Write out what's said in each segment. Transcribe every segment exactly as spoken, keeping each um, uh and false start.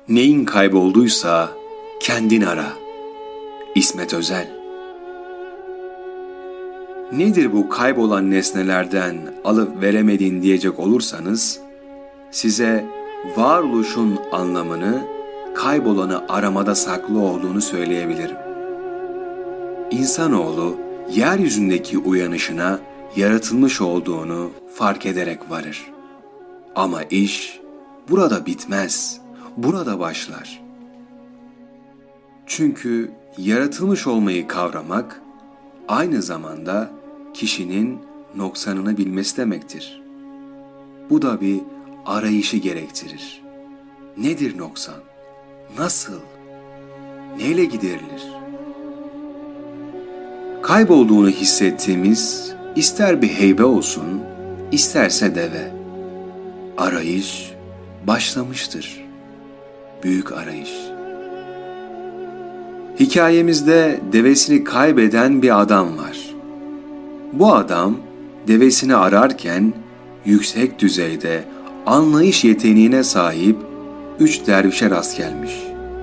Neyin kaybolduysa kendin ara. İsmet Özel. Nedir bu kaybolan nesnelerden alıp veremedin diyecek olursanız, size varoluşun anlamını kaybolanı aramada saklı olduğunu söyleyebilirim. İnsanoğlu yeryüzündeki uyanışına yaratılmış olduğunu fark ederek varır. Ama iş burada bitmez, burada başlar. Çünkü yaratılmış olmayı kavramak aynı zamanda kişinin noksanını bilmesi demektir. Bu da bir arayışı gerektirir. Nedir noksan? Nasıl? Neyle giderilir? Kaybolduğunu hissettiğimiz ister bir heybe olsun, isterse deve. Arayış başlamıştır. Büyük arayış. Hikayemizde devesini kaybeden bir adam var. Bu adam devesini ararken yüksek düzeyde anlayış yeteneğine sahip üç dervişe rast gelmiş.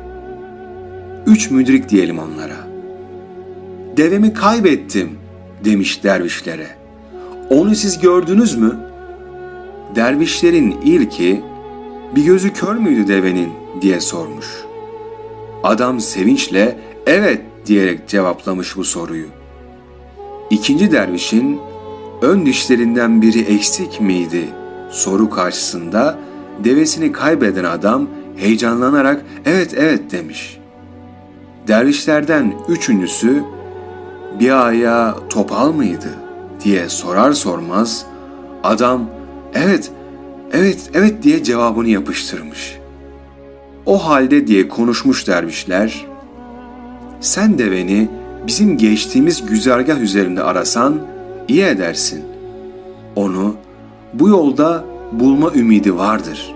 Üç müdrik diyelim onlara. "Devemi kaybettim," demiş dervişlere. "Onu siz gördünüz mü?" Dervişlerin ilki, "Bir gözü kör müydü devenin?" diye sormuş. Adam sevinçle "Evet," diyerek cevaplamış bu soruyu. İkinci dervişin "Ön dişlerinden biri eksik miydi?" soru karşısında devesini kaybeden adam heyecanlanarak "Evet, evet," demiş. Dervişlerden üçüncüsü "Bir ayağı topal mıydı?" diye sorar sormaz adam "Evet, evet, evet," diye cevabını yapıştırmış. O halde diye konuşmuş dervişler, "Sen deveni bizim geçtiğimiz güzergah üzerinde arasan iyi edersin. Onu bu yolda bulma ümidi vardır."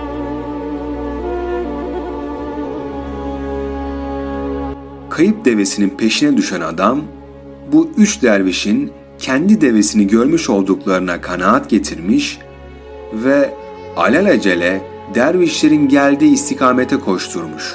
Kayıp devesinin peşine düşen adam, bu üç dervişin kendi devesini görmüş olduklarına kanaat getirmiş ve alelacele dervişlerin geldiği istikamete koşturmuş.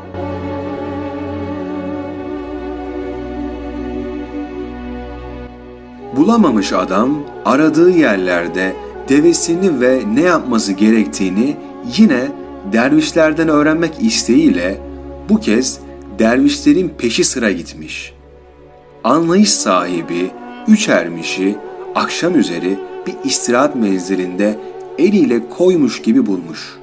Bulamamış adam, aradığı yerlerde devesini ve ne yapması gerektiğini yine dervişlerden öğrenmek isteğiyle bu kez dervişlerin peşi sıra gitmiş. Anlayış sahibi üç ermişi akşam üzeri bir istirahat menzilinde eliyle koymuş gibi bulmuş.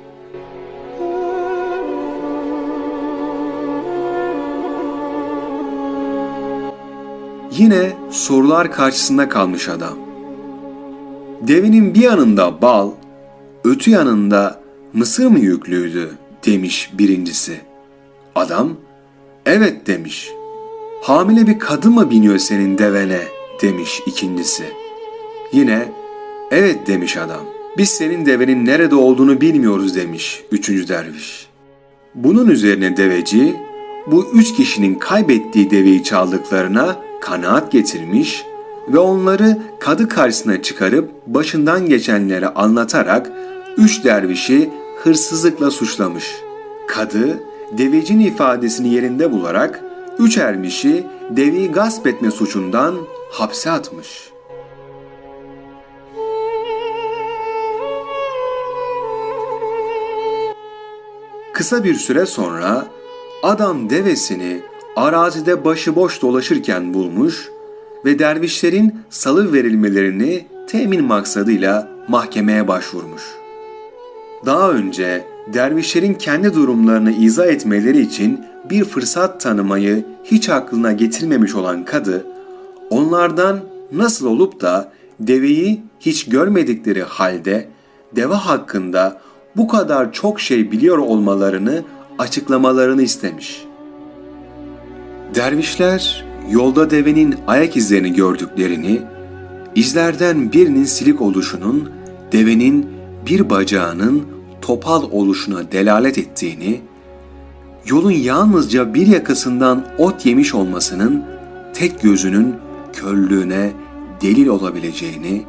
Yine sorular karşısında kalmış adam. "Devinin bir yanında bal, ötü yanında mısır mı yüklüydü?" demiş birincisi. Adam "Evet," demiş. "Hamile bir kadın mı biniyor senin devene?" demiş ikincisi. Yine "Evet," demiş adam. "Biz senin devenin nerede olduğunu bilmiyoruz," demiş üçüncü derviş. Bunun üzerine deveci bu üç kişinin kaybettiği deveyi çaldıklarına kanaat getirmiş ve onları kadı karşısına çıkarıp başından geçenleri anlatarak üç dervişi hırsızlıkla suçlamış. Kadı devecinin ifadesini yerinde bularak üç ermişi deveyi gasp etme suçundan hapse atmış. Kısa bir süre sonra adam devesini arazide başıboş dolaşırken bulmuş ve dervişlerin salı verilmelerini temin maksadıyla mahkemeye başvurmuş. Daha önce dervişlerin kendi durumlarını izah etmeleri için bir fırsat tanımayı hiç aklına getirmemiş olan kadı, onlardan nasıl olup da deveyi hiç görmedikleri halde deve hakkında bu kadar çok şey biliyor olmalarını açıklamalarını istemiş. Dervişler yolda devenin ayak izlerini gördüklerini, izlerden birinin silik oluşunun devenin bir bacağının topal oluşuna delalet ettiğini, yolun yalnızca bir yakasından ot yemiş olmasının tek gözünün körlüğüne delil olabileceğini,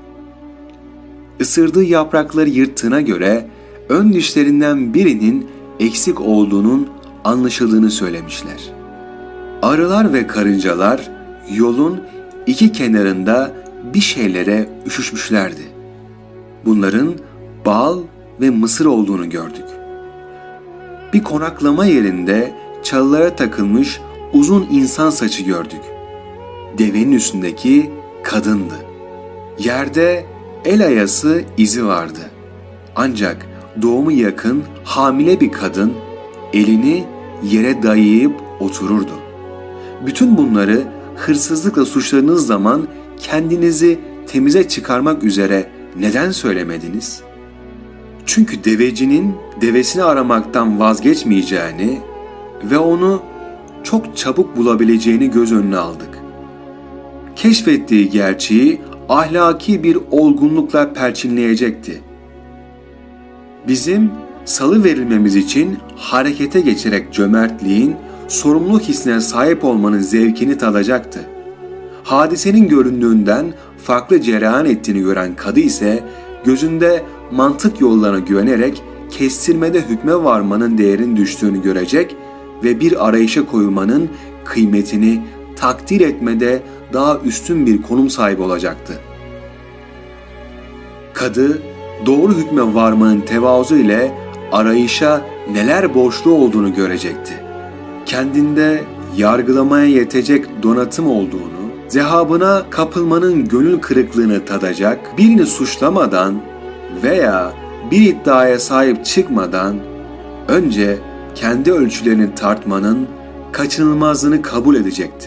ısırdığı yaprakları yırttığına göre ön dişlerinden birinin eksik olduğunun anlaşıldığını söylemişler. Arılar ve karıncalar yolun iki kenarında bir şeylere üşüşmüşlerdi. Bunların bal ve mısır olduğunu gördük. Bir konaklama yerinde çalılara takılmış uzun insan saçı gördük. Devenin üstündeki kadındı. Yerde el ayası izi vardı. Ancak doğumu yakın hamile bir kadın elini yere dayayıp otururdu. Bütün bunları hırsızlıkla suçladığınız zaman kendinizi temize çıkarmak üzere neden söylemediniz? Çünkü devecinin devesini aramaktan vazgeçmeyeceğini ve onu çok çabuk bulabileceğini göz önüne aldık. Keşfettiği gerçeği ahlaki bir olgunlukla perçinleyecekti. Bizim salı verilmemiz için harekete geçerek cömertliğin, sorumluluk hissine sahip olmanın zevkini tadacaktı. Hadisenin göründüğünden farklı cereyan ettiğini gören kadı ise gözünde mantık yollarına güvenerek kestirmede hükme varmanın değerini düştüğünü görecek ve bir arayışa koyulmanın kıymetini takdir etmede daha üstün bir konum sahibi olacaktı. Kadı doğru hükme varmanın tevazu ile arayışa neler borçlu olduğunu görecekti. Kendinde yargılamaya yetecek donatım olduğunu, zehabına kapılmanın gönül kırıklığını tadacak, birini suçlamadan veya bir iddiaya sahip çıkmadan önce kendi ölçülerini tartmanın kaçınılmazlığını kabul edecekti.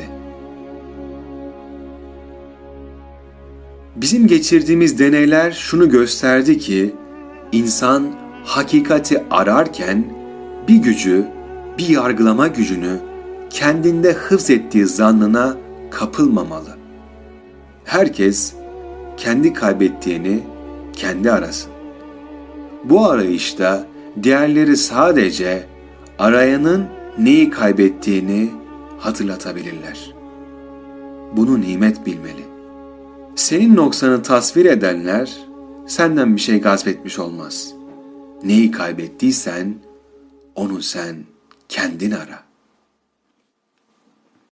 Bizim geçirdiğimiz deneyler şunu gösterdi ki, insan hakikati ararken bir gücü, bir yargılama gücünü kendinde hıfz ettiği zannına kapılmamalı. Herkes kendi kaybettiğini kendi arasın. Bu arayışta diğerleri sadece arayanın neyi kaybettiğini hatırlatabilirler. Bunu nimet bilmeli. Senin noksanı tasvir edenler senden bir şey gasp etmiş olmaz. Neyi kaybettiysen onu sen kendin ara.